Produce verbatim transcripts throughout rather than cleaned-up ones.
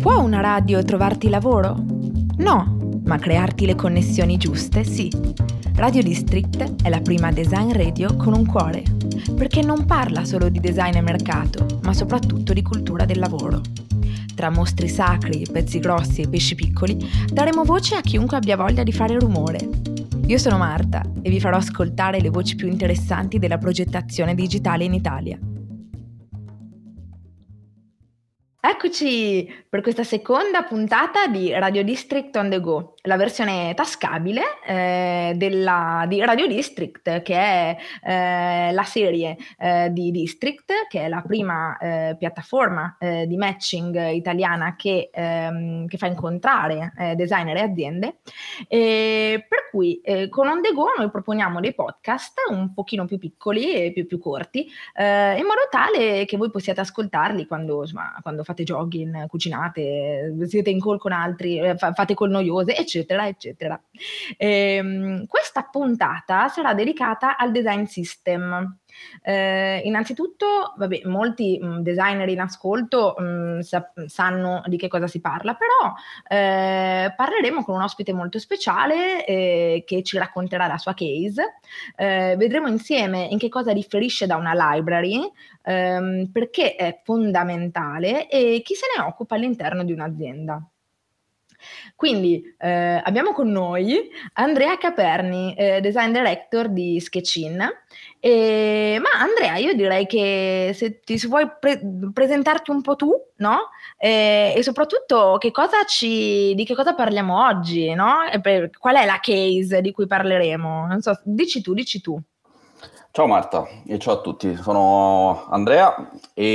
Può una radio trovarti lavoro? No, ma crearti le connessioni giuste sì. Radio District è la prima design radio con un cuore, perché non parla solo di design e mercato, ma soprattutto di cultura del lavoro. Tra mostri sacri, pezzi grossi e pesci piccoli, daremo voce a chiunque abbia voglia di fare rumore. Io sono Marta e vi farò ascoltare le voci più interessanti della progettazione digitale in Italia. Eccoci per questa seconda puntata di Radio District on the Go, la versione tascabile eh, della, di Radio District, che è eh, la serie eh, di District, che è la prima eh, piattaforma eh, di matching italiana che, ehm, che fa incontrare eh, designer e aziende, e per cui eh, con On The Go noi proponiamo dei podcast un pochino più piccoli e più, più corti, eh, in modo tale che voi possiate ascoltarli quando, insomma, quando fate jogging, cucinate, siete in call con altri, fate call noiose, eccetera, eccetera. Ehm, questa puntata sarà dedicata al design system. Eh, innanzitutto, vabbè, molti mh, designer in ascolto mh, sa- sanno di che cosa si parla, però eh, parleremo con un ospite molto speciale eh, che ci racconterà la sua case. Eh, vedremo insieme in che cosa differisce da una library, ehm, perché è fondamentale e chi se ne occupa all'interno di un'azienda. Quindi eh, abbiamo con noi Andrea Caperni, eh, design director di Sketchin. E, ma Andrea, io direi che se ti se vuoi pre- presentarti un po' tu, no? E, e soprattutto che cosa ci, di che cosa parliamo oggi, no? E per, qual è la case di cui parleremo? Non so, dici tu, dici tu. Ciao Marta e ciao a tutti, sono Andrea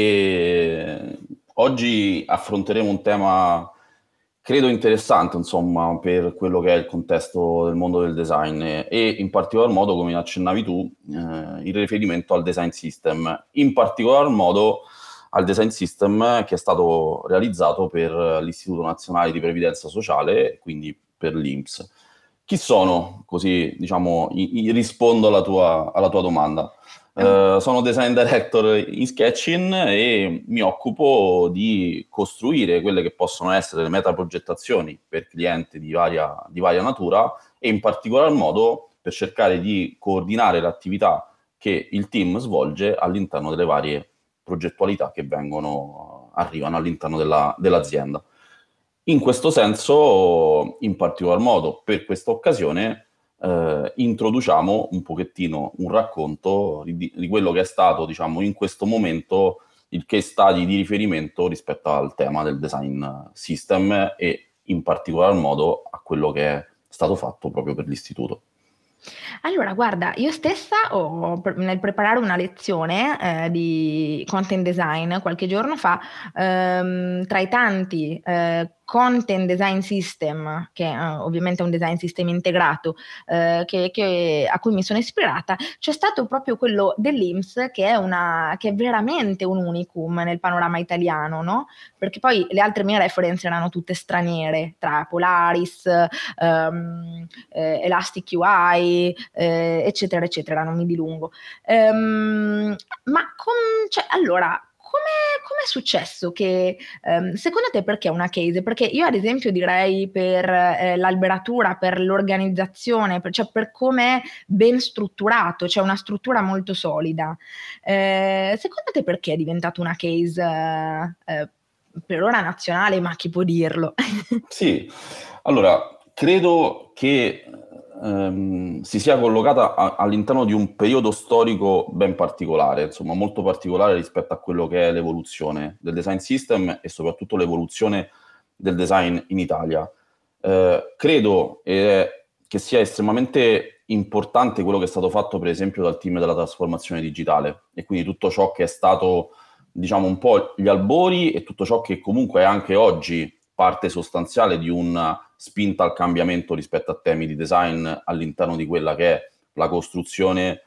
e oggi affronteremo un tema credo interessante, insomma, per quello che è il contesto del mondo del design e in particolar modo, come accennavi tu, eh, in riferimento al design system, in particolar modo al design system che è stato realizzato per l'Istituto Nazionale di Previdenza Sociale, quindi per l'I N P S. Chi sono? Così, diciamo, i- i- rispondo alla tua, alla tua domanda. Eh, sono design director in Sketchin e mi occupo di costruire quelle che possono essere le metaprogettazioni per clienti di varia, di varia natura e in particolar modo per cercare di coordinare l'attività che il team svolge all'interno delle varie progettualità che vengono, arrivano all'interno della- dell'azienda. In questo senso, in particolar modo per questa occasione, eh, introduciamo un pochettino un racconto di, di quello che è stato, diciamo, in questo momento il case study di riferimento rispetto al tema del design system e in particolar modo a quello che è stato fatto proprio per l'istituto. Allora, guarda, io stessa ho, pre- nel preparare una lezione eh, di content design qualche giorno fa, ehm, tra i tanti eh, content design system, che eh, ovviamente è un design system integrato, eh, che- che- a cui mi sono ispirata, c'è stato proprio quello dell'I N P S, che è, una, che è veramente un unicum nel panorama italiano, no? Perché poi le altre mie reference erano tutte straniere, tra Polaris, ehm, eh, Elastic U I, eh, eccetera, eccetera, non mi dilungo. Ehm, ma com- cioè, allora, come è successo che, ehm, secondo te perché una case? Perché io ad esempio direi per eh, l'alberatura, per l'organizzazione, per, cioè per come è ben strutturato, c'è una struttura molto solida. Eh, secondo te perché è diventata una case eh, eh, per ora nazionale, ma chi può dirlo? Sì, allora, credo che ehm, si sia collocata a- all'interno di un periodo storico ben particolare, insomma, molto particolare rispetto a quello che è l'evoluzione del design system e soprattutto l'evoluzione del design in Italia. Eh, credo eh, che sia estremamente importante quello che è stato fatto, per esempio, dal team della trasformazione digitale e quindi tutto ciò che è stato, diciamo, un po' gli albori e tutto ciò che comunque è anche oggi parte sostanziale di una spinta al cambiamento rispetto a temi di design all'interno di quella che è la costruzione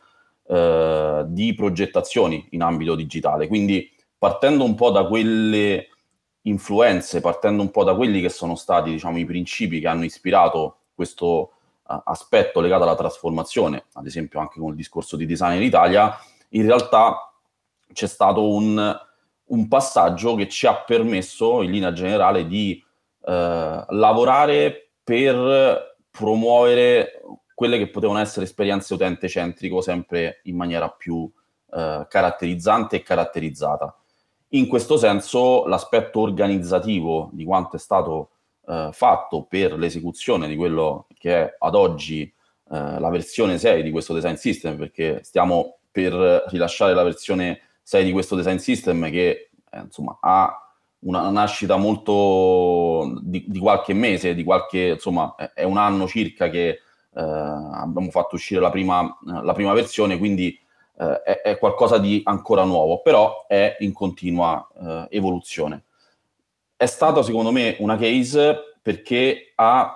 eh, di progettazioni in ambito digitale. Quindi partendo un po' da quelle influenze, partendo un po' da quelli che sono stati, diciamo, i principi che hanno ispirato questo uh, aspetto legato alla trasformazione, ad esempio anche con il discorso di Design in Italia, in realtà c'è stato un un passaggio che ci ha permesso, in linea generale, di eh, lavorare per promuovere quelle che potevano essere esperienze utente centrico, sempre in maniera più eh, caratterizzante e caratterizzata. In questo senso, l'aspetto organizzativo di quanto è stato eh, fatto per l'esecuzione di quello che è ad oggi eh, la versione sei di questo design system, perché stiamo per rilasciare la versione sei di questo design system che eh, insomma ha una nascita molto di, di qualche mese, di qualche, insomma, è un anno circa che eh, abbiamo fatto uscire la prima, la prima versione, quindi eh, è, è qualcosa di ancora nuovo, però è in continua eh, evoluzione. È stata, secondo me, una case perché ha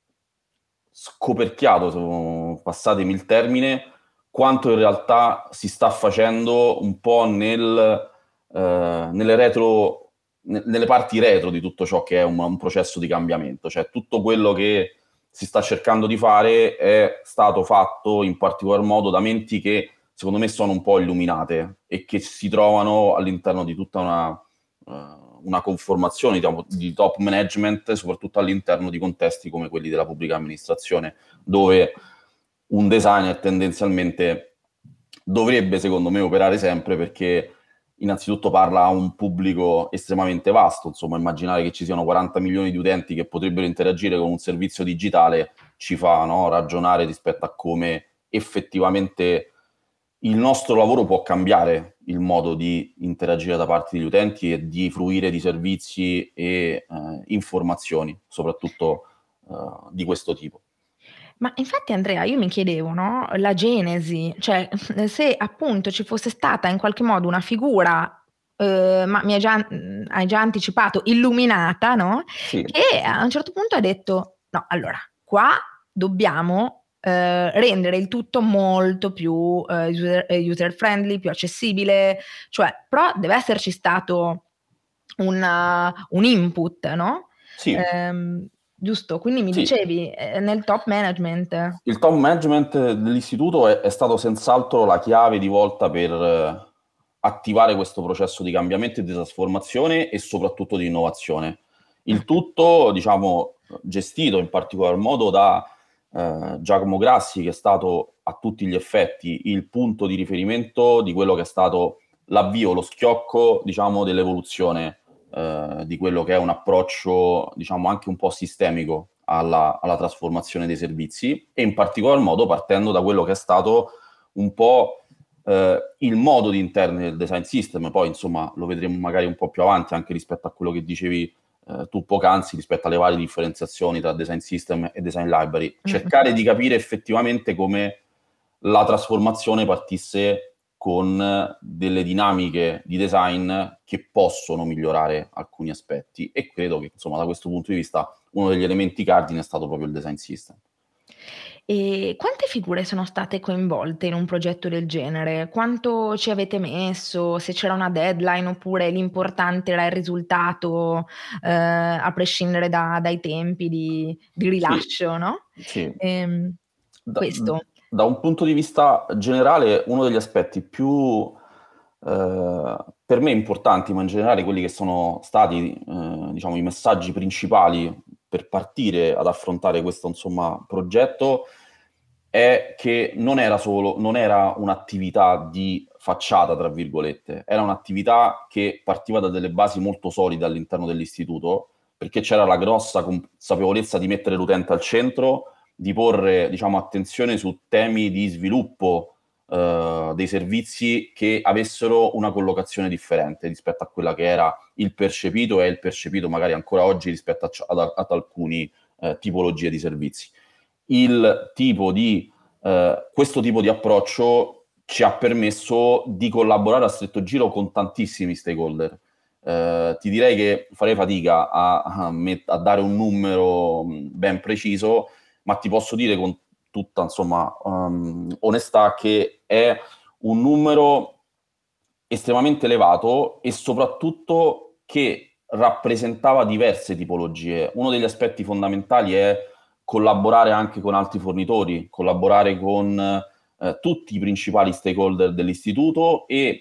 scoperchiato, passatemi il termine, quanto in realtà si sta facendo un po' nel, eh, nelle retro nelle parti retro di tutto ciò che è un, un processo di cambiamento, cioè tutto quello che si sta cercando di fare è stato fatto in particolar modo da menti che secondo me sono un po' illuminate e che si trovano all'interno di tutta una, uh, una conformazione diciamo, di top management, soprattutto all'interno di contesti come quelli della pubblica amministrazione, dove un designer tendenzialmente dovrebbe, secondo me, operare sempre, perché innanzitutto parla a un pubblico estremamente vasto, insomma, immaginare che ci siano quaranta milioni di utenti che potrebbero interagire con un servizio digitale ci fa, no, ragionare rispetto a come effettivamente il nostro lavoro può cambiare il modo di interagire da parte degli utenti e di fruire di servizi e eh, informazioni, soprattutto eh, di questo tipo. Ma infatti Andrea, io mi chiedevo, no, la genesi, cioè se appunto ci fosse stata in qualche modo una figura, eh, ma mi hai già, mh, hai già anticipato, illuminata, no? Sì, Che a un certo punto ha detto, no, allora, qua dobbiamo eh, rendere il tutto molto più eh, user, eh, user friendly, più accessibile, cioè, però deve esserci stato una- un input, no? sì, Ehm, giusto, quindi mi sì. dicevi eh, nel top management. Il top management dell'istituto è, è stato senz'altro la chiave di volta per eh, attivare questo processo di cambiamento e di trasformazione e soprattutto di innovazione. Mm. Il tutto, diciamo, gestito in particolar modo da eh, Giacomo Grassi, che è stato a tutti gli effetti il punto di riferimento di quello che è stato l'avvio, lo schiocco, diciamo, dell'evoluzione eh, di quello che è un approccio, diciamo, anche un po' sistemico alla, alla trasformazione dei servizi, e in particolar modo partendo da quello che è stato un po' eh, il modo di interne del design system. Poi insomma lo vedremo magari un po' più avanti anche rispetto a quello che dicevi eh, tu poc'anzi, rispetto alle varie differenziazioni tra design system e design library, cercare di capire effettivamente come la trasformazione partisse con delle dinamiche di design che possono migliorare alcuni aspetti, e credo che insomma da questo punto di vista uno degli elementi cardine è stato proprio il design system. E quante figure sono state coinvolte in un progetto del genere? Quanto ci avete messo? Se c'era una deadline oppure l'importante era il risultato, eh, a prescindere da- dai tempi di, di Sì, rilascio, no? sì. Ehm, Da, questo. da un punto di vista generale, uno degli aspetti più eh, per me importanti, ma in generale quelli che sono stati eh, diciamo, i messaggi principali per partire ad affrontare questo insomma, progetto, è che non era solo, non era un'attività di facciata, tra virgolette, era un'attività che partiva da delle basi molto solide all'interno dell'istituto, perché c'era la grossa consapevolezza di mettere l'utente al centro, di porre, diciamo, attenzione su temi di sviluppo eh, dei servizi che avessero una collocazione differente rispetto a quella che era il percepito e il percepito magari ancora oggi rispetto a, ad, ad alcune eh, tipologie di servizi. Il tipo di, eh, questo tipo di approccio ci ha permesso di collaborare a stretto giro con tantissimi stakeholder. Eh, ti direi che farei fatica a, a, met- a dare un numero ben preciso, ma ti posso dire con tutta insomma um, onestà che è un numero estremamente elevato e soprattutto che rappresentava diverse tipologie. Uno degli aspetti fondamentali è collaborare anche con altri fornitori, collaborare con eh, tutti i principali stakeholder dell'istituto e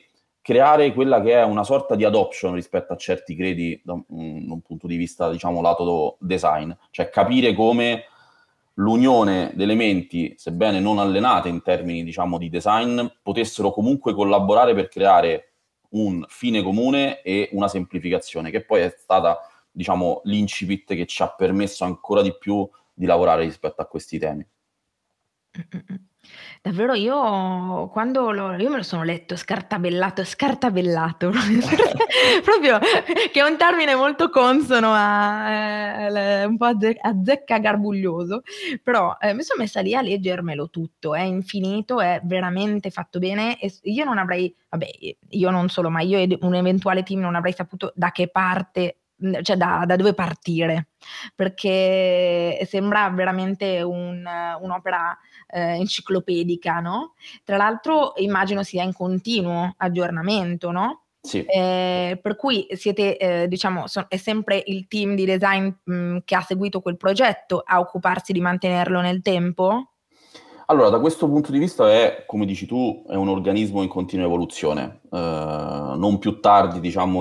creare quella che è una sorta di adoption rispetto a certi credi da un, da un punto di vista, diciamo, lato design, cioè capire come l'unione di elementi, sebbene non allenate in termini, diciamo, di design, potessero comunque collaborare per creare un fine comune e una semplificazione, che poi è stata, diciamo, l'incipit che ci ha permesso ancora di più di lavorare rispetto a questi temi. Mh, mh, mh. Davvero io quando lo io me lo sono letto scartabellato scartabellato, proprio che è un termine molto consono a ehm, l un po' azze azzeccagarbuglioso, però, ehm, mi son messa lì a leggermelo tutto, è infinito, è veramente fatto bene e s io non avrei vabbè, i io non solo, ma io ed un eventuale team non avrei saputo da che parte mhmm, cioè da da dove partire, perché sembra veramente un un'opera, ehm, enciclopedica, no, tra l'altro immagino sia in continuo aggiornamento, no, Sì. ehm, per cui siete, ehm, diciamo so è sempre il team di design, mhmm, che ha seguito quel progetto a occuparsi di mantenerlo nel tempo? Allora, da questo punto di vista è, come dici tu, è un organismo in continua evoluzione. Ehm, non più tardi, diciamo,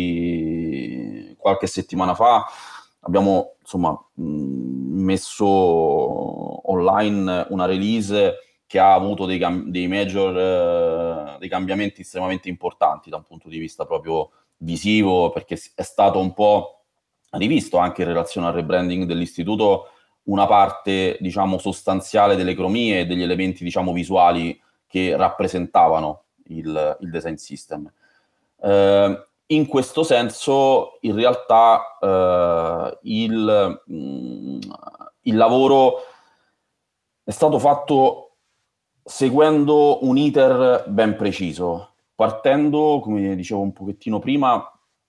di qualche settimana fa abbiamo, insomma, mhmm, messo online una release che ha avuto dei cam dei major dei cambiamenti estremamente importanti da un punto di vista proprio visivo, perché s è stato un po' rivisto anche in relazione al rebranding dell'istituto una parte, diciamo, sostanziale delle cromie e degli elementi, diciamo, visuali che rappresentavano il il design system. Ehm, in questo senso, in realtà, ehm, il mhmm, il lavoro è stato fatto seguendo un iter ben preciso, partendo, come dicevo un pochettino prima,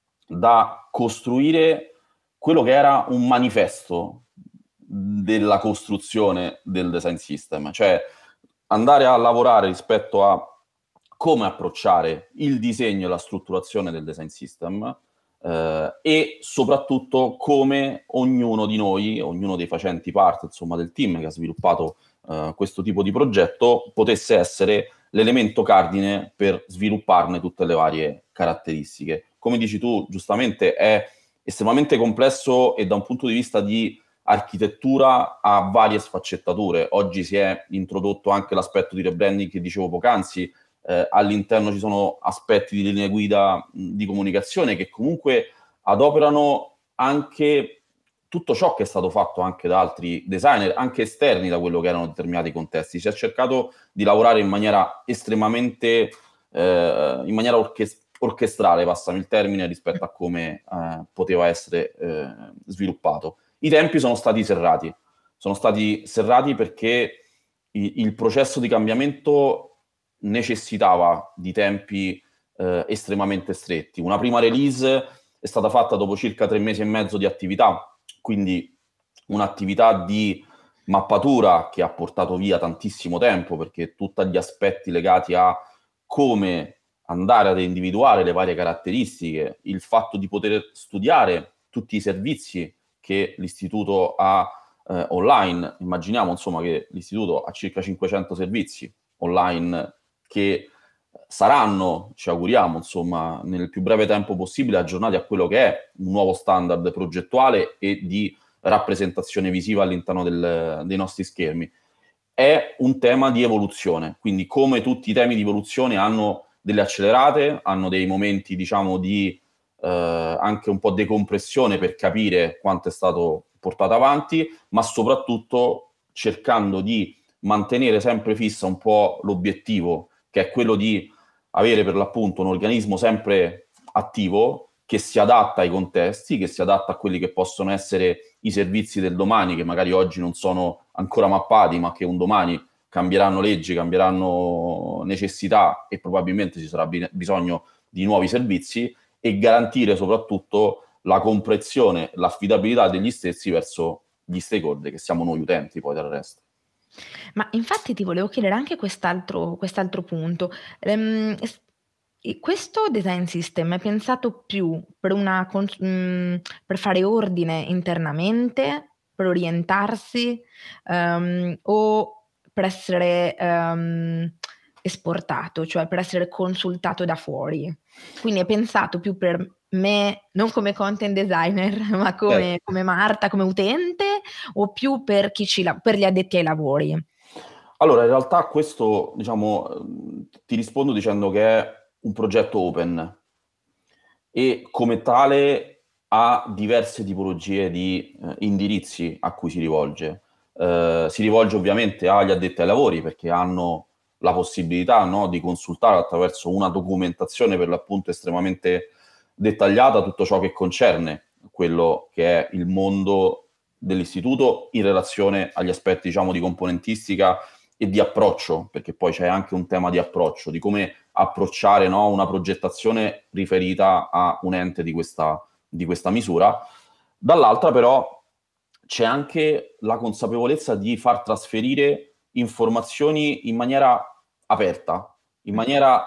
da costruire quello che era un manifesto della costruzione del design system, cioè andare a lavorare rispetto a come approcciare il disegno e la strutturazione del design system, ehm, e soprattutto come ognuno di noi, ognuno dei facenti parte, insomma, del team che ha sviluppato, ehm, questo tipo di progetto, potesse essere l'elemento cardine per svilupparne tutte le varie caratteristiche. Come dici tu, giustamente è estremamente complesso e da un punto di vista di architettura ha varie sfaccettature. Oggi si è introdotto anche l'aspetto di rebranding che dicevo poc'anzi, eh, all'interno ci sono aspetti di linee guida mh, di comunicazione che comunque adoperano anche tutto ciò che è stato fatto anche da altri designer, anche esterni da quello che erano determinati contesti. Si è cercato di lavorare in maniera estremamente, eh, in maniera orches- orchestrale, passami il termine, rispetto a come eh, poteva essere eh, sviluppato. I tempi sono stati serrati, sono stati serrati perché i- il processo di cambiamento necessitava di tempi eh, estremamente stretti. Una prima release è stata fatta dopo circa tre mesi e mezzo di attività, quindi un'attività di mappatura che ha portato via tantissimo tempo perché tutti gli aspetti legati a come andare ad individuare le varie caratteristiche, il fatto di poter studiare tutti i servizi che l'istituto ha eh, online. Immaginiamo insomma che l'istituto ha circa cinquecento servizi online che saranno, ci auguriamo, insomma, nel più breve tempo possibile aggiornati a quello che è un nuovo standard progettuale e di rappresentazione visiva all'interno del, dei nostri schermi. È un tema di evoluzione, quindi come tutti i temi di evoluzione hanno delle accelerate, hanno dei momenti, diciamo, di eh, anche un po' decompressione per capire quanto è stato portato avanti, ma soprattutto cercando di mantenere sempre fissa un po' l'obiettivo, che è quello di avere per l'appunto un organismo sempre attivo, che si adatta ai contesti, che si adatta a quelli che possono essere i servizi del domani, che magari oggi non sono ancora mappati, ma che un domani cambieranno leggi, cambieranno necessità e probabilmente ci sarà bisogno di nuovi servizi, e garantire soprattutto la comprensione, l'affidabilità degli stessi verso gli stakeholder, che siamo noi utenti poi del resto. Ma infatti ti volevo chiedere anche quest'altro quest'altro punto. Ehm, s i questo design system è pensato più per una cons mhmm, per fare ordine internamente, per orientarsi, ehm, o per essere, ehm, esportato, cioè per essere consultato da fuori. Quindi è pensato più per me, non come content designer, ma come Certo. come Marta, come utente, o più per chi ci la per gli addetti ai lavori? Allora, in realtà questo, diciamo, uhm, ti rispondo dicendo che è un progetto open e come tale ha diverse tipologie di, ehm, indirizzi a cui si rivolge. Ehm, si rivolge ovviamente agli addetti ai lavori perché hanno la possibilità, no, di consultare attraverso una documentazione per l'appunto estremamente dettagliata tutto ciò che concerne quello che è il mondo dell'istituto in relazione agli aspetti, diciamo, di componentistica e di approccio, perché poi c'è anche un tema di approccio, di come approcciare, no, una progettazione riferita a un ente di questa, di questa misura. Dall'altra però c'è anche la consapevolezza di far trasferire informazioni in maniera aperta, in maniera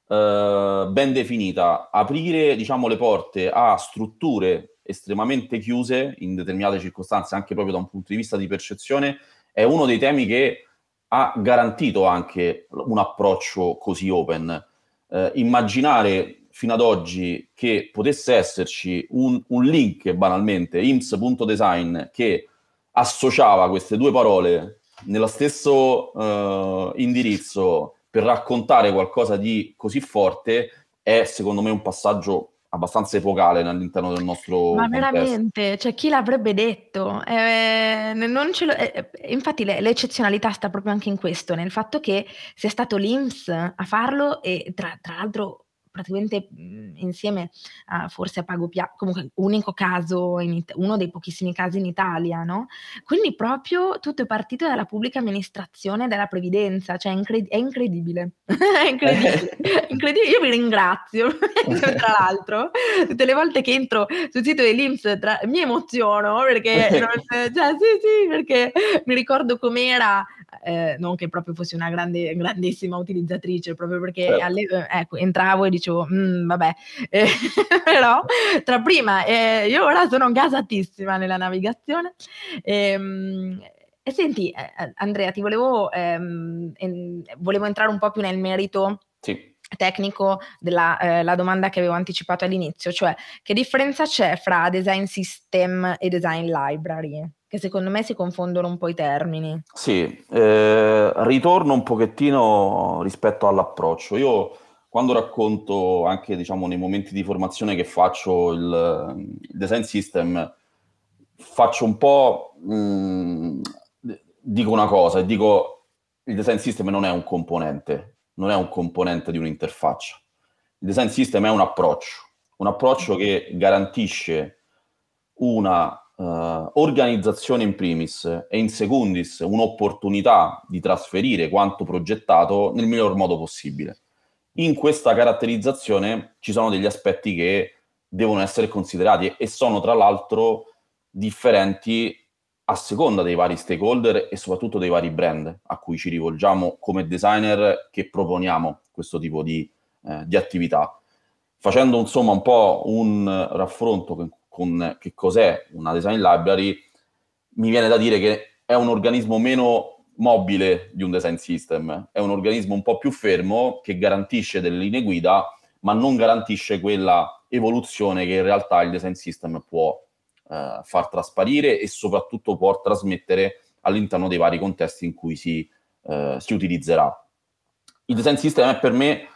eh, ben definita, aprire, diciamo, le porte a strutture estremamente chiuse in determinate circostanze, anche proprio da un punto di vista di percezione, è uno dei temi che ha garantito anche un approccio così open. Eh, immaginare fino ad oggi che potesse esserci un, un link, banalmente, ims punto design, che associava queste due parole nello stesso uh, indirizzo per raccontare qualcosa di così forte, è secondo me un passaggio abbastanza epocale all'interno del nostro Ma contesto. veramente? Cioè, chi l'avrebbe detto? Ehm, n non ce lo e e infatti le l'eccezionalità sta proprio anche in questo, nel fatto che sia stato l'I N P S a farlo e tra tra l'altro praticamente, mhmm, insieme a forse a Pagopia comunque unico caso in It uno dei pochissimi casi in Italia, no, quindi proprio tutto è partito dalla pubblica amministrazione, dalla previdenza, cioè è incre è incredibile. È incredibile, incredi io vi ringrazio, tra l'altro, tutte le volte che entro sul sito dell'I N P S tra mi emoziono perché non cioè sì, sì, perché mi ricordo com'era, ehm, non che proprio fossi una grande grandissima utilizzatrice, proprio perché Certo. alle ehm, ecco, entravo e dicevo: "Mhmm, vabbè", ehm, però tra prima e io ora sono gasatissima nella navigazione. Ehm, e senti, e a Andrea, ti volevo ehm, en volevo entrare un po' più nel merito Sì. tecnico della ehm, la domanda che avevo anticipato all'inizio, cioè che differenza c'è fra design system e design library? Che secondo me si confondono un po' i termini. Sì, ehm, ritorno un pochettino rispetto all'approccio. Io quando racconto anche, diciamo, nei momenti di formazione che faccio il il design system, faccio un po', mhmm, d dico una cosa e dico: il design system non è un componente, non è un componente di un'interfaccia. Il design system è un approccio, un approccio che garantisce una uh, organizzazione in primis e in secundis un'opportunità di trasferire quanto progettato nel miglior modo possibile. In questa caratterizzazione ci sono degli aspetti che devono essere considerati e sono tra l'altro differenti a seconda dei vari stakeholder e soprattutto dei vari brand a cui ci rivolgiamo come designer che proponiamo questo tipo di, eh, di attività. Facendo insomma un po' un raffronto con, con che cos'è una design library, mi viene da dire che è un organismo meno mobile di un design system, è un organismo un po' più fermo che garantisce delle linee guida, ma non garantisce quella evoluzione che in realtà il design system può eh, far trasparire e soprattutto può trasmettere all'interno dei vari contesti in cui si, eh, si utilizzerà. Il design system è per me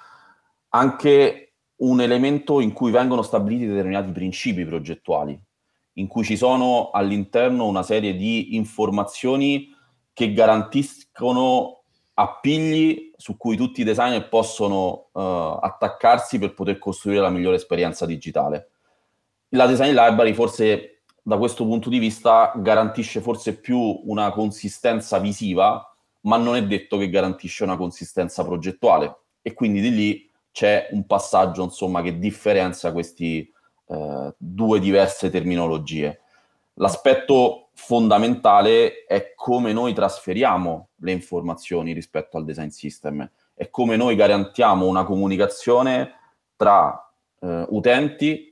anche un elemento in cui vengono stabiliti determinati principi progettuali, in cui ci sono all'interno una serie di informazioni che garantiscono appigli su cui tutti i designer possono uh, attaccarsi per poter costruire la migliore esperienza digitale. La design library forse da questo punto di vista garantisce forse più una consistenza visiva, ma non è detto che garantisce una consistenza progettuale e quindi di lì c'è un passaggio insomma che differenzia questi eh, due diverse terminologie. L'aspetto fondamentale è come noi trasferiamo le informazioni rispetto al design system, è come noi garantiamo una comunicazione tra eh, utenti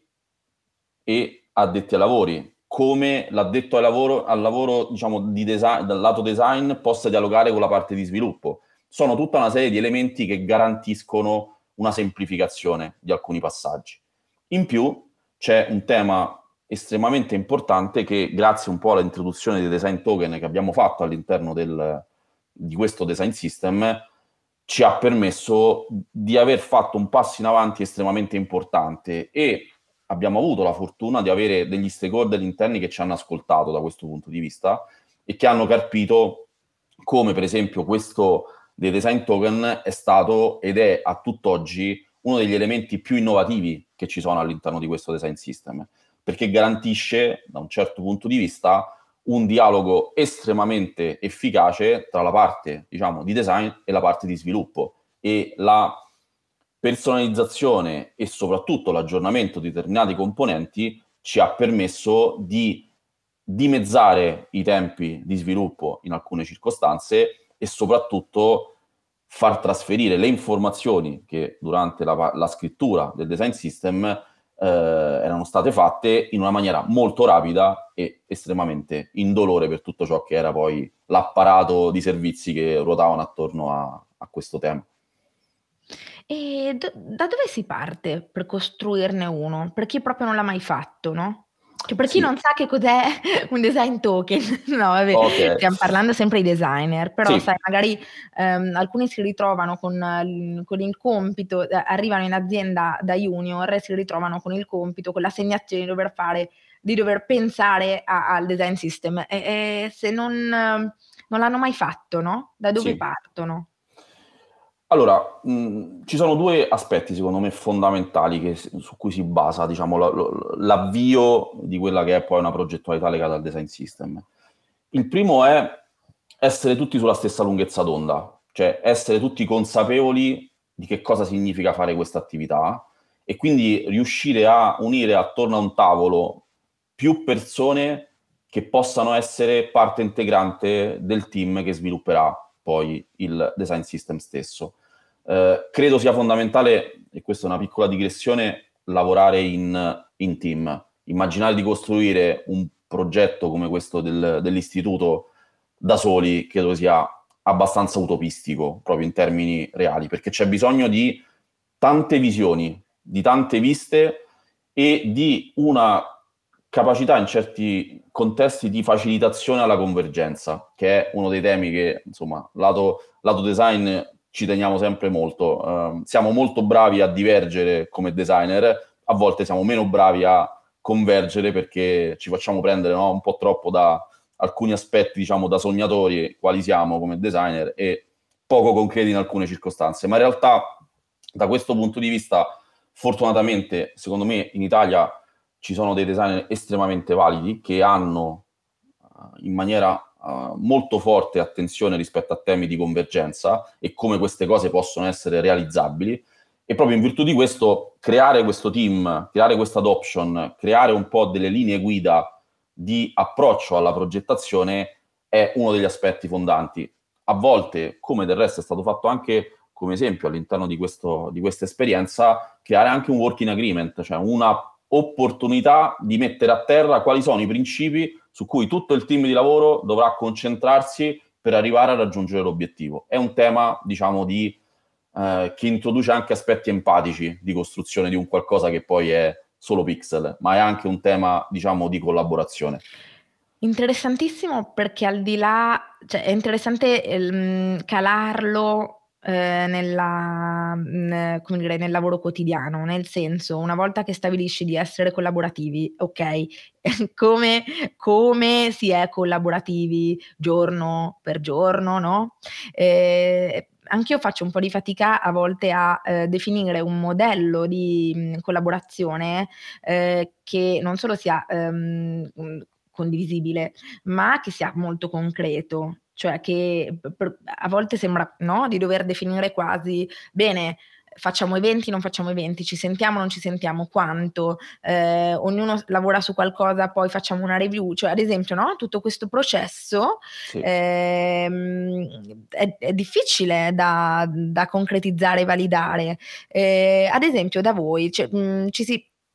e addetti ai lavori, come l'addetto ai lavoro, al lavoro diciamo, di design, dal lato design possa dialogare con la parte di sviluppo sono tutta una serie di elementi che garantiscono una semplificazione di alcuni passaggi. In più c'è un tema estremamente importante che, grazie un po' all'introduzione dei design token che abbiamo fatto all'interno del, di questo design system, ci ha permesso di aver fatto un passo in avanti estremamente importante, e abbiamo avuto la fortuna di avere degli stakeholder interni che ci hanno ascoltato da questo punto di vista e che hanno capito come, per esempio, questo dei design token è stato ed è a tutt'oggi uno degli elementi più innovativi che ci sono all'interno di questo design system, perché garantisce, da un certo punto di vista, un dialogo estremamente efficace tra la parte, diciamo, di design e la parte di sviluppo, e la personalizzazione e soprattutto l'aggiornamento di determinati componenti ci ha permesso di dimezzare i tempi di sviluppo in alcune circostanze e soprattutto far trasferire le informazioni che durante la, la scrittura del design system eh, erano state fatte in una maniera molto rapida e estremamente indolore per tutto ciò che era poi l'apparato di servizi che ruotavano attorno a, a questo tema. E do- da dove si parte per costruirne uno? Per chi proprio non l'ha mai fatto, no? Che per chi Sì. non sa che cos'è un design token, no, vabbè, Ok. stiamo parlando sempre di designer, però Sì. sai, magari ehm, alcuni si ritrovano con, il- con il compito, eh, arrivano in azienda da junior e si ritrovano con il compito, con l'assegnazione di dover fare, di dover pensare a- al design system. E, e se non, eh, non l'hanno mai fatto, no? Da dove Sì. partono? Allora, mh, ci sono due aspetti secondo me fondamentali che, su cui si basa, diciamo, la- lo- l'avvio di quella che è poi una progettualità legata al design system. Il primo è essere tutti sulla stessa lunghezza d'onda, cioè essere tutti consapevoli di che cosa significa fare questa attività e quindi riuscire a unire attorno a un tavolo più persone che possano essere parte integrante del team che svilupperà poi il design system stesso. Eh, credo sia fondamentale, e questa è una piccola digressione, lavorare in, in team. Immaginare di costruire un progetto come questo del, dell'istituto da soli credo sia abbastanza utopistico, proprio in termini reali, perché c'è bisogno di tante visioni, di tante viste e di una capacità in certi contesti di facilitazione alla convergenza, che è uno dei temi che, insomma, lato, lato design ci teniamo sempre molto. Uh, siamo molto bravi a divergere come designer, a volte siamo meno bravi a convergere perché ci facciamo prendere, no, un po' troppo da alcuni aspetti, diciamo, da sognatori, quali siamo come designer, e poco concreti in alcune circostanze. Ma in realtà, da questo punto di vista, fortunatamente, secondo me, in Italia ci sono dei designer estremamente validi che hanno uh, in maniera uh, molto forte attenzione rispetto a temi di convergenza e come queste cose possono essere realizzabili, e proprio in virtù di questo creare questo team, creare questa adoption, creare un po' delle linee guida di approccio alla progettazione è uno degli aspetti fondanti. A volte, come del resto è stato fatto anche come esempio all'interno di, questo, di questa esperienza, creare anche un working agreement, cioè una opportunità di mettere a terra quali sono i principi su cui tutto il team di lavoro dovrà concentrarsi per arrivare a raggiungere l'obiettivo. È un tema, diciamo, di, eh, che introduce anche aspetti empatici di costruzione di un qualcosa che poi è solo pixel, ma è anche un tema, diciamo, di collaborazione. Interessantissimo perché al di là, cioè è interessante ehm, calarlo eh, nella, mh, come dire, nel lavoro quotidiano, nel senso, una volta che stabilisci di essere collaborativi, ok, come, come si è collaborativi giorno per giorno, no? Eh, Anch'io faccio un po' di fatica a volte a eh, definire un modello di mh, collaborazione eh, che non solo sia ehm, condivisibile, ma che sia molto concreto, cioè che per, a volte sembra, no, di dover definire quasi bene. Facciamo eventi, non facciamo eventi, ci sentiamo, non ci sentiamo, quanto, eh, ognuno lavora su qualcosa, poi facciamo una review, cioè ad esempio, no? Tutto questo processo Sì. ehm, è, è difficile da, da concretizzare e validare. Eh, ad esempio, da voi, cioè, mh, ci si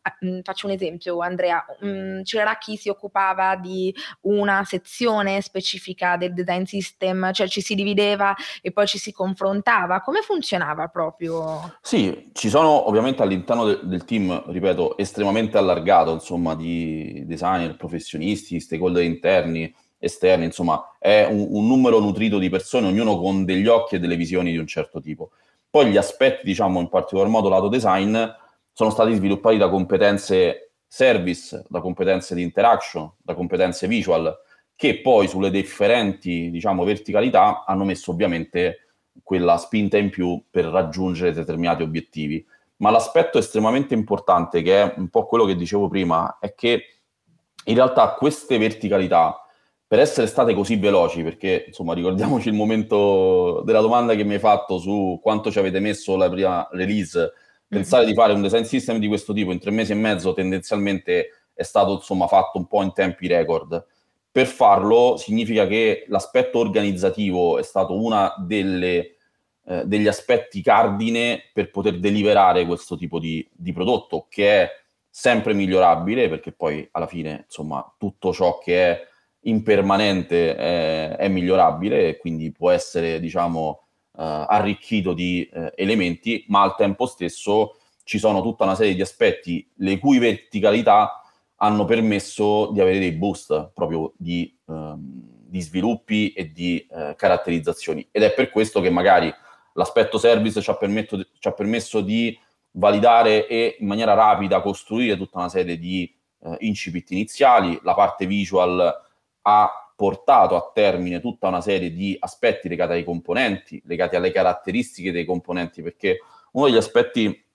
mh, faccio un esempio, Andrea, mh, c'era chi si occupava di una sezione specifica del design system, cioè ci si divideva e poi ci si confrontava? Come funzionava proprio? Sì, ci sono ovviamente all'interno de- del team, ripeto, estremamente allargato, insomma, di designer, professionisti, stakeholder interni, esterni, insomma, è un, un numero nutrito di persone, ognuno con degli occhi e delle visioni di un certo tipo. Poi gli aspetti, diciamo, in particolar modo lato design, sono stati sviluppati da competenze service, da competenze di interaction, da competenze visual, che poi sulle differenti, diciamo, verticalità hanno messo ovviamente quella spinta in più per raggiungere determinati obiettivi. Ma l'aspetto estremamente importante, che è un po' quello che dicevo prima, è che in realtà queste verticalità, per essere state così veloci, perché insomma ricordiamoci il momento della domanda che mi hai fatto su quanto ci avete messo la prima release, pensare di fare un design system di questo tipo in tre mesi e mezzo tendenzialmente è stato insomma fatto un po' in tempi record. Per farlo significa che l'aspetto organizzativo è stato uno delle, eh, degli aspetti cardine per poter deliberare questo tipo di, di prodotto, che è sempre migliorabile, perché poi alla fine, insomma, tutto ciò che è impermanente è, è migliorabile e quindi può essere, diciamo, eh, arricchito di eh, elementi, ma al tempo stesso ci sono tutta una serie di aspetti le cui verticalità hanno permesso di avere dei boost proprio di, ehm, di sviluppi e di eh, caratterizzazioni. Ed è per questo che magari l'aspetto service ci ha, permetto, ci ha permesso di validare e in maniera rapida costruire tutta una serie di eh, incipit iniziali. La parte visual ha portato a termine tutta una serie di aspetti legati ai componenti, legati alle caratteristiche dei componenti, perché uno degli aspetti eh,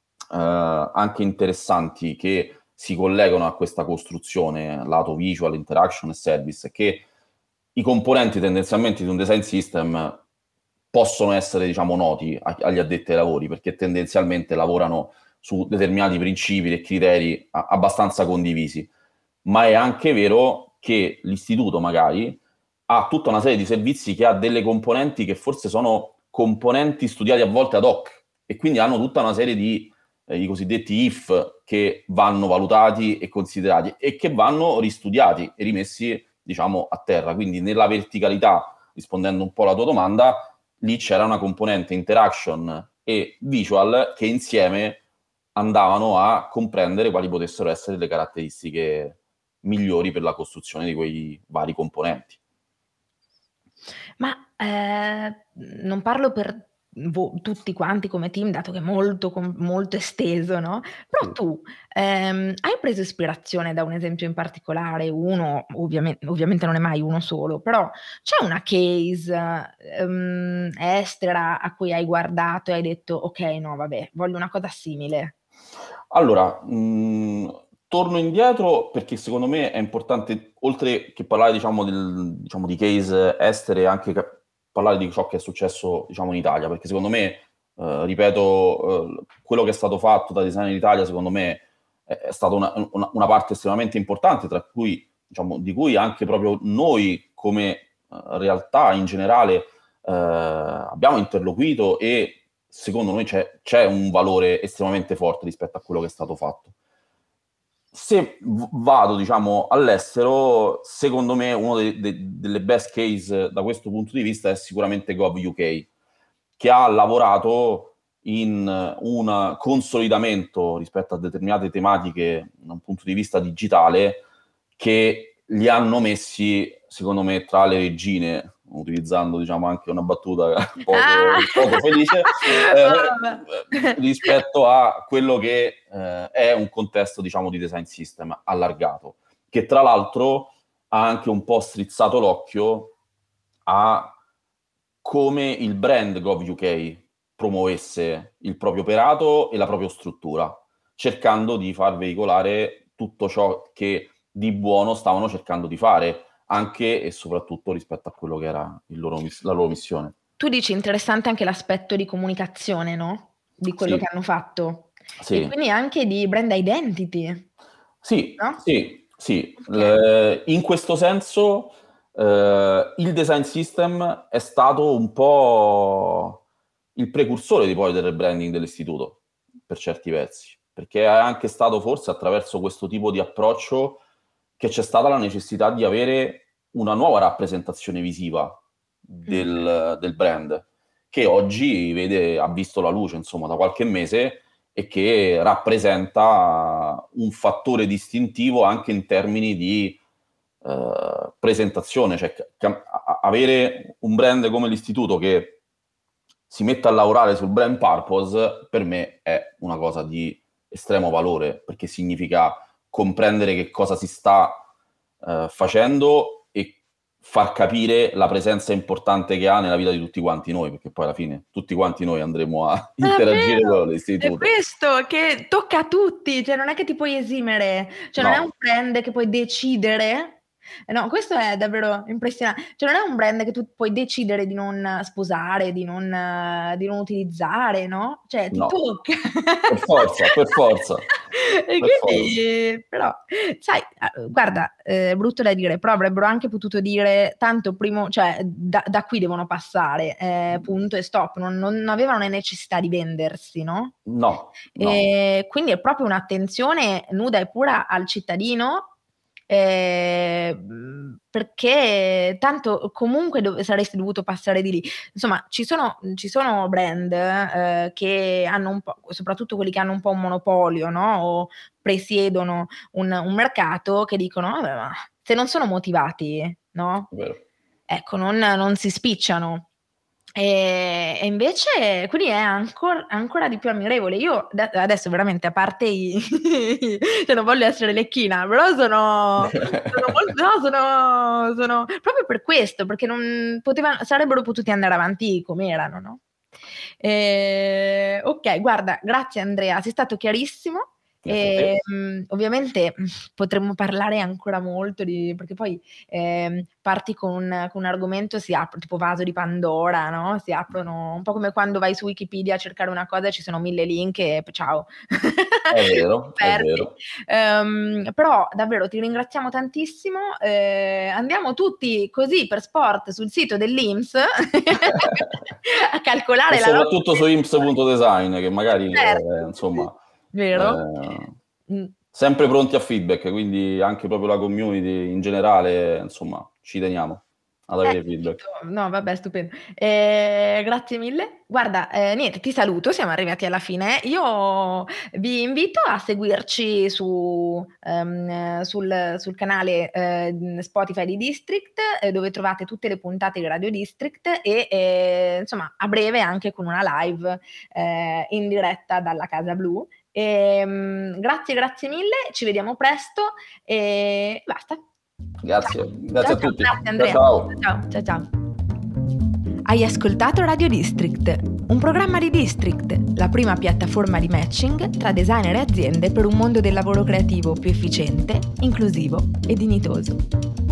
anche interessanti che si collegano a questa costruzione lato visual, interaction e service, è che i componenti tendenzialmente di un design system possono essere, diciamo, noti agli addetti ai lavori, perché tendenzialmente lavorano su determinati principi e criteri abbastanza condivisi. Ma è anche vero che l'istituto magari ha tutta una serie di servizi che ha delle componenti che forse sono componenti studiati a volte ad hoc e quindi hanno tutta una serie di eh, i cosiddetti if che vanno valutati e considerati e che vanno ristudiati e rimessi, diciamo, a terra. Quindi nella verticalità, rispondendo un po' alla tua domanda, lì c'era una componente interaction e visual che insieme andavano a comprendere quali potessero essere le caratteristiche migliori per la costruzione di quei vari componenti. Ma, ehm, non parlo per vo tutti quanti come team, dato che è molto com molto esteso, no, però Sì. tu, ehm, hai preso ispirazione da un esempio in particolare, uno ovviame ovviamente non è mai uno solo, però c'è una case, ehm, estera a cui hai guardato e hai detto: "Okay, no vabbè, voglio una cosa simile"? Allora, mh, torno indietro perché secondo me è importante, oltre che parlare diciamo, del, diciamo, di case estere, anche ca- parlare di ciò che è successo diciamo, in Italia, perché secondo me, eh, ripeto, eh, quello che è stato fatto da Design in Italia, secondo me, è, è stata una, una- una parte estremamente importante, tra cui, diciamo, di cui anche proprio noi come eh, realtà in generale eh, abbiamo interloquito e secondo noi c'è, c'è un valore estremamente forte rispetto a quello che è stato fatto. Se v- vado, diciamo, all'estero, secondo me uno dei- dei- delle best case da questo punto di vista è sicuramente GovUK, che ha lavorato in un consolidamento rispetto a determinate tematiche da un punto di vista digitale che li hanno messi, secondo me, tra le regine, utilizzando diciamo anche una battuta Ah! poco, poco felice, Oh, eh, vabbè. rispetto a quello che eh, è un contesto diciamo di design system allargato, che tra l'altro ha anche un po' strizzato l'occhio a come il brand GovUK promuovesse il proprio operato e la propria struttura, cercando di far veicolare tutto ciò che di buono stavano cercando di fare, anche e soprattutto rispetto a quello che era il loro, la loro missione. Tu dici interessante anche l'aspetto di comunicazione, no, di quello che Sì, hanno fatto e sì, quindi anche di brand identity, sì, no? sì, sì. Okay. L- in questo senso eh, il design system è stato un po' il precursore di poi del rebranding dell'istituto, per certi versi, perché è anche stato forse attraverso questo tipo di approccio che c'è stata la necessità di avere una nuova rappresentazione visiva del, del brand, che oggi vede, ha visto la luce, insomma, da qualche mese, e che rappresenta un fattore distintivo anche in termini di eh, presentazione. Cioè, ca- avere un brand come l'Istituto che si mette a lavorare sul brand purpose, per me è una cosa di estremo valore, perché significa comprendere che cosa si sta eh, facendo e far capire la presenza importante che ha nella vita di tutti quanti noi, perché poi alla fine tutti quanti noi andremo a interagire con l'Istituto. È questo che tocca a tutti, cioè non è che ti puoi esimere, cioè No. non è un brand che puoi decidere. No, questo è davvero impressionante. Cioè non è un brand che tu puoi decidere di non sposare, di non, di non utilizzare, no? Cioè ti No. tocca. Per forza, per forza. E Per quindi, forza. però, sai, guarda, è brutto da dire, però avrebbero anche potuto dire tanto primo, cioè da, da qui devono passare, eh, punto e stop. Non, non avevano necessità di vendersi, no? No, no. E quindi è proprio un'attenzione nuda e pura al cittadino, eh, perché tanto comunque dov- saresti dovuto passare di lì. Insomma, ci sono, ci sono brand eh, che hanno un po', soprattutto quelli che hanno un po' un monopolio, no? O presiedono un, un mercato, che dicono, vabbè, ma se non sono motivati, no? Vero. Ecco, non, non si spicciano. E, e invece, quindi è ancora, ancora di più ammirevole. Io da- adesso veramente, a parte i, cioè non voglio essere lecchina, però sono, sono molto, no, sono, sono proprio per questo, perché non potevano, sarebbero potuti andare avanti come erano, no? E, ok, guarda, grazie Andrea, sei stato chiarissimo. E, mh, ovviamente mh, potremmo parlare ancora molto di, perché poi eh, parti con un, con un argomento, si apre tipo vaso di Pandora, no? Si aprono un po' come quando vai su Wikipedia a cercare una cosa e ci sono mille link e ciao. È vero, è vero. Um, però davvero ti ringraziamo tantissimo. Eh, andiamo tutti così per sport sul sito dell'I N P S a calcolare E la soprattutto nostra... su I N P S punto design, che magari Certo. eh, insomma Vero? eh, Mm. sempre pronti a feedback, quindi anche proprio la community in generale, insomma, ci teniamo ad avere Eh, feedback. no, vabbè, stupendo. Eh, grazie mille. Guarda, eh, niente, ti saluto, siamo arrivati alla fine. Io vi invito a seguirci su, ehm, sul, sul canale eh, Spotify di District, eh, dove trovate tutte le puntate di Radio District e eh, insomma a breve anche con una live eh, in diretta dalla Casa Blu. E, mh, grazie, grazie mille, ci vediamo presto e basta. Grazie, Ciao. grazie Ciao, a ciao. tutti. Grazie Andrea. Ciao, Ciao, ciao, ciao. Hai ascoltato Radio District, un programma di District, la prima piattaforma di matching tra designer e aziende per un mondo del lavoro creativo più efficiente, inclusivo e dignitoso.